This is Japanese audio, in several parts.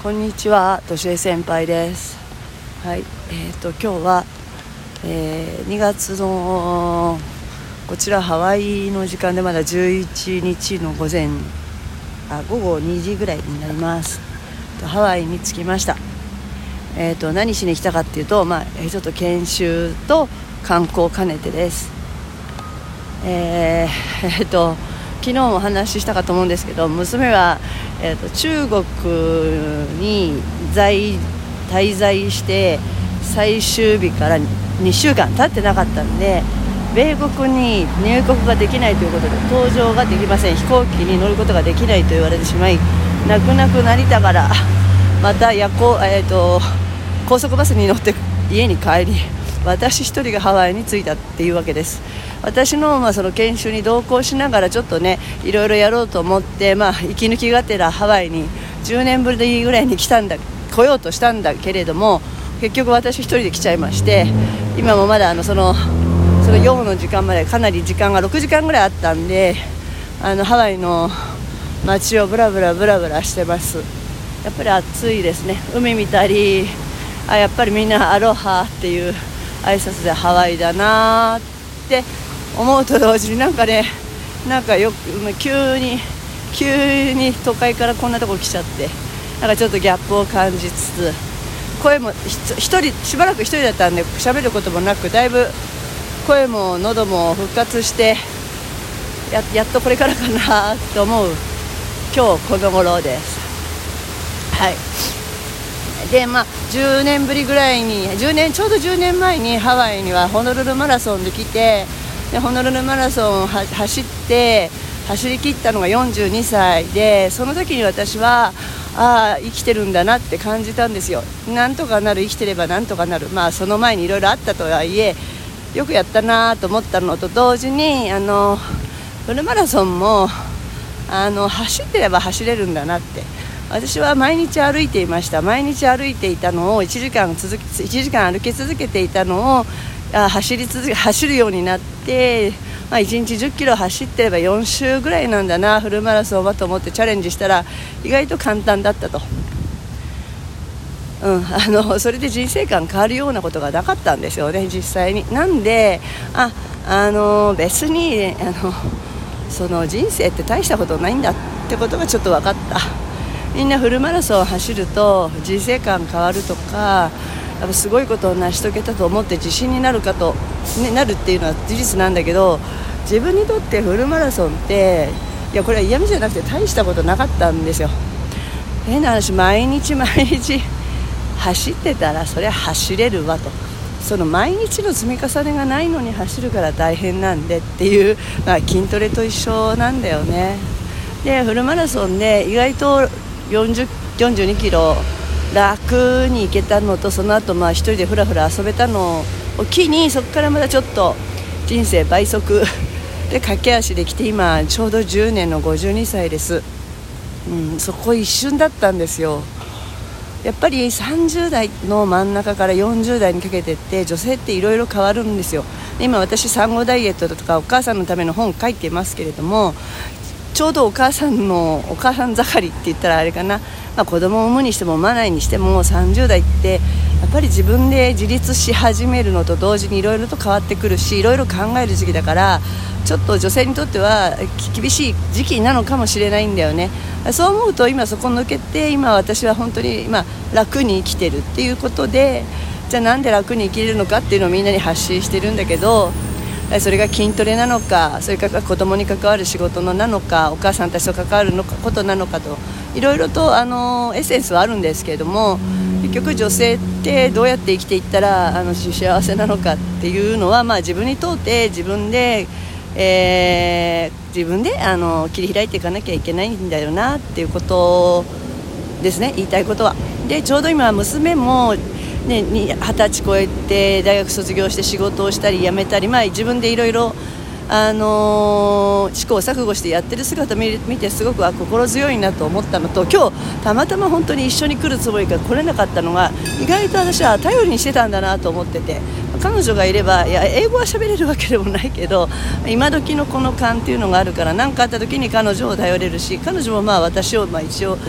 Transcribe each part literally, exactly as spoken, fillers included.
こんにちは、としえ先輩です。はい、えーと今日は、えー、にがつのこちらハワイの時間でまだじゅういちにちの午前あ午後にじぐらいになります。ハワイに着きました。えーと何しに来たかっていうと、まあ、ちょっと研修と観光を兼ねてです。えー、えーと昨日もお話ししたかと思うんですけど、娘は、えーと中国に在滞在して最終日からにしゅうかん経ってなかったんで、米国に入国ができないということで搭乗ができません。飛行機に乗ることができないと言われてしまい、泣く泣く成田からまた夜行、えーと高速バスに乗って家に帰り、私一人がハワイに着いたっていうわけです。私の、まあ、その研修に同行しながらちょっとねいろいろやろうと思って、まあ、息抜きがてらハワイにじゅうねんぶりでいいぐらいに来たんだ来ようとしたんだけれども、結局私一人で来ちゃいまして、今もまだあのそのその夜の時間までかなり時間がろくじかんぐらいあったんで、あのハワイの街をブラブラブラブラしてます。やっぱり暑いですね。海見たり、あやっぱりみんなアロハっていう挨拶でハワイだなって思うと同時に、なんかねなんかよく急に急に都会からこんなとこ来ちゃって、なんかちょっとギャップを感じつつ、声も一人しばらく一人だったんで喋ることもなく、だいぶ声も喉も復活して や, やっとこれからかなと思う今日この頃です。はい。でまあ、じゅうねんぶりぐらいにじゅうねんちょうどじゅうねんまえにハワイにはホノルルマラソンで来て、でホノルルマラソンをは走って走り切ったのがよんじゅうにさいで、その時に私はああ生きてるんだなって感じたんですよ。なんとかなる、生きてればなんとかなる。まあその前にいろいろあったとはいえよくやったなと思ったのと同時に、あのフルマラソンもあの走ってれば走れるんだなって、私は毎日歩いていました。毎日歩いていたのをいちじかん続きいちじかん歩き続けていたのをあ走り続け走るようになって、まあ、いちにちじゅっキロ走ってればよん週ぐらいなんだなフルマラソンはと思ってチャレンジしたら意外と簡単だったと、うん、あのそれで人生観変わるようなことがなかったんですよね、実際に。なんでああの別にあのその人生って大したことないんだってことがちょっと分かった。みんなフルマラソンを走ると人生観変わるとか、やっぱすごいことを成し遂げたと思って自信になるかと、ね、なるっていうのは事実なんだけど、自分にとってフルマラソンっていやこれは嫌味じゃなくて大したことなかったんですよ。変な話、毎日毎日走ってたらそりゃ走れるわと、その毎日の積み重ねがないのに走るから大変なんでっていう、まあ、筋トレと一緒なんだよね。でフルマラソンで意外とよんじゅう よんじゅうにキロ楽に行けたのと、その後まあ一人でふらふら遊べたのを機に、そこからまたちょっと人生倍速で駆け足できて、今ちょうどじゅうねんのごじゅうにさいです、うん、そこ一瞬だったんですよ。やっぱりさんじゅうだいの真ん中からよんじゅうだいにかけてって女性っていろいろ変わるんですよ。で今私産後ダイエットとかお母さんのための本書いてますけれども、ちょうどお母さんのお母さん盛りって言ったらあれかな、まあ、子供を産むにしても産まないにしてもさんじゅうだいってやっぱり自分で自立し始めるのと同時にいろいろと変わってくるし、いろいろ考える時期だから、ちょっと女性にとっては厳しい時期なのかもしれないんだよね。そう思うと今そこ抜けて、今私は本当に今楽に生きてるっていうことで、じゃあなんで楽に生きれるのかっていうのをみんなに発信してるんだけど、それが筋トレなのか、それから子供に関わる仕事のなのか、お母さんたちと関わるのかことなのかと、いろいろとあのエッセンスはあるんですけれども、結局女性ってどうやって生きていったらあの幸せなのかっていうのは、まあ、自分にとって自分で、えー、自分であの切り開いていかなきゃいけないんだよなっていうことですね、言いたいことは。でちょうど今娘もね、にはたち超えて大学卒業して仕事をしたり辞めたり、まあ、自分でいろいろあのー、試行錯誤してやってる姿を 見, 見てすごく心強いなと思ったのと、今日たまたま本当に一緒に来るつもりが来れなかったのが意外と私は頼りにしてたんだなと思ってて、彼女がいればいや英語は喋れるわけでもないけど今時のこの勘っていうのがあるから、何かあった時に彼女を頼れるし、彼女もまあ私をまあ一応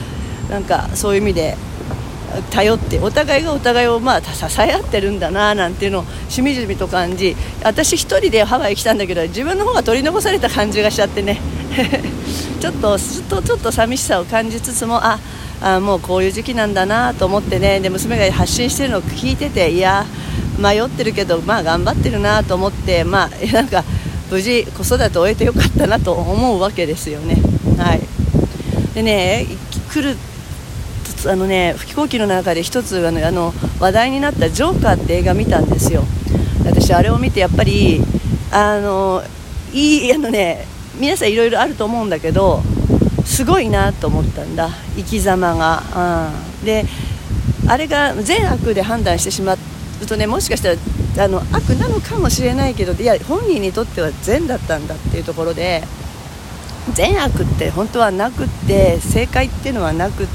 なんかそういう意味で頼ってお互いがお互いをまあ支え合ってるんだななんていうのをしみじみと感じ、私一人でハワイ来たんだけど自分の方が取り残された感じがしちゃってねちょっとちょっとちょっと寂しさを感じつつも、ああもうこういう時期なんだなと思ってね、で娘が発信してるのを聞いてて、いや迷ってるけどまあ頑張ってるなと思って、まあなんか無事子育てを終えてよかったなと思うわけですよね。はい。でね、来るあのね飛行機の中で一つあのあの話題になったジョーカーって映画見たんですよ。私あれを見てやっぱりあのいいあのね皆さんいろいろあると思うんだけど、すごいなと思ったんだ、生き様が、うん、であれが善悪で判断してしまうとね、もしかしたらあの悪なのかもしれないけど、いや本人にとっては善だったんだっていうところで、善悪って本当はなくって、正解っていうのはなくって、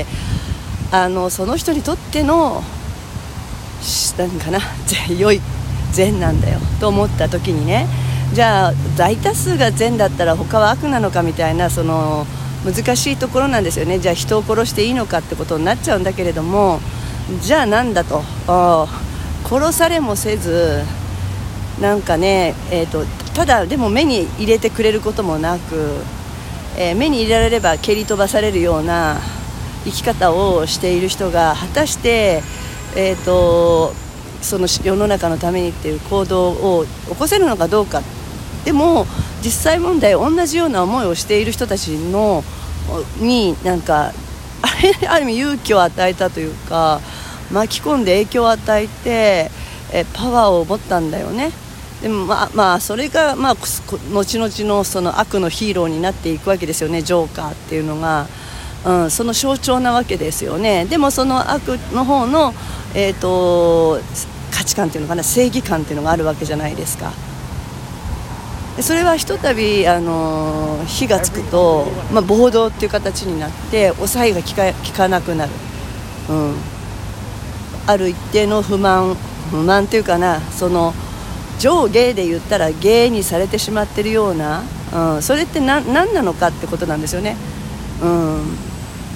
あのその人にとっての何かな良い善なんだよと思った時にね、じゃあ大多数が善だったら他は悪なのかみたいな、その難しいところなんですよね。じゃあ人を殺していいのかってことになっちゃうんだけれども、じゃあなんだと、殺されもせずなんかね、えーと、ただでも目に入れてくれることもなく、えー、目に入れられれば蹴り飛ばされるような生き方をしている人が果たして、えーと、その世の中のためにっていう行動を起こせるのかどうか。でも実際問題同じような思いをしている人たちのになんかあれある意味勇気を与えたというか、巻き込んで影響を与えてえパワーを持ったんだよね。でもまあまあそれがまあ後々のその悪のヒーローになっていくわけですよね、ジョーカーっていうのが、うん、その象徴なわけですよね。でもその悪の方の、えーと、価値観っていうのかな、正義感っていうのがあるわけじゃないですか。でそれはひとたび、あのー、火がつくと、まあ、暴動っていう形になって抑えが効か、効かなくなる、うん、ある一定の不満不満というかな、その上下で言ったら芸にされてしまっているような、うん、それって何なのかってことなんですよね。うん、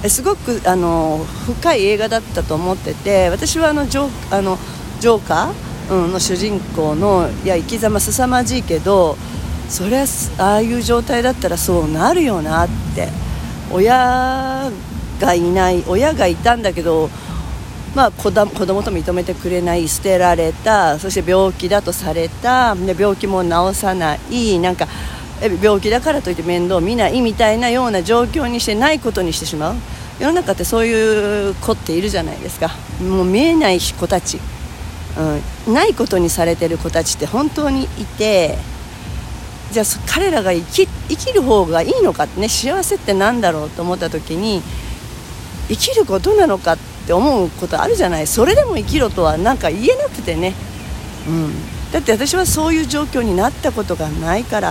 すごくあの深い映画だったと思ってて、私はあのジョー、あのジョーカー、うん、の主人公のいや生き様凄まじいけど、それはああいう状態だったらそうなるよなって、親がいない親がいたんだけど、まあ、子供と認めてくれない、捨てられた、そして病気だとされた、で病気も治さない、なんか病気だからといって面倒見ないみたいなような状況にしてないことにしてしまう。世の中ってそういう子っているじゃないですか。もう見えない子たち、うん、ないことにされてる子たちって本当にいて、じゃあ彼らが生き、生きる方がいいのかってね、幸せってなんだろうと思った時に、生きることなのかって思うことあるじゃない。それでも生きろとはなんか言えなくてね、うん、だって私はそういう状況になったことがないから。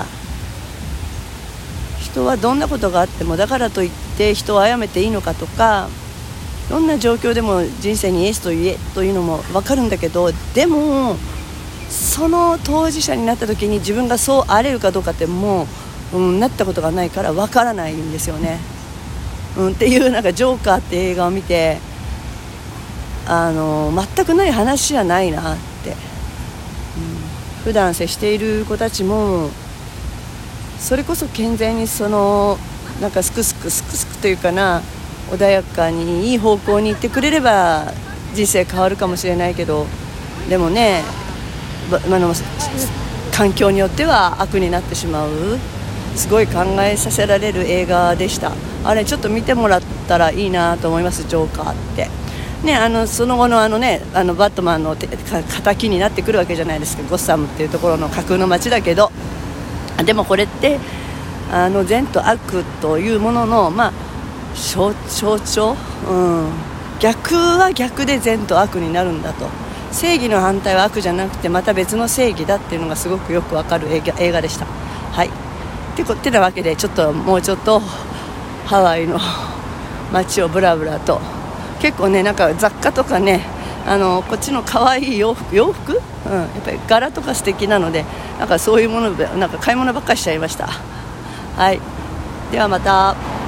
人はどんなことがあってもだからといって人を殺めていいのかとか、どんな状況でも人生にイエスと言えというのも分かるんだけど、でもその当事者になった時に自分がそうあれるかどうかってもう、うん、なったことがないから分からないんですよね、うん、っていうなんかジョーカーって映画を見て、あの全くない話じゃないなって、うん、普段接している子たちもそれこそ健全にそのなんかすくすくすくすくというかな、穏やかにいい方向に行ってくれれば人生変わるかもしれないけど、でもね、あの環境によっては悪になってしまう、すごい考えさせられる映画でした。あれちょっと見てもらったらいいなと思います、ジョーカーってね。あのその後のあのね、あのバットマンの敵になってくるわけじゃないですか。ゴッサムっていうところの架空の街だけど、でもこれってあの善と悪というものの、まあ、象徴、うん、逆は逆で善と悪になるんだと。正義の反対は悪じゃなくてまた別の正義だっていうのがすごくよくわかる映画、映画でした。はい。てこってなわけで、ちょっともうちょっとハワイの街をブラブラと、結構ねなんか雑貨とかね、あのこっちの可愛い洋服、洋服、うん、やっぱり柄とか素敵なので、なんかそういうものでなんか買い物ばっかりしちゃいました。はい。ではまた。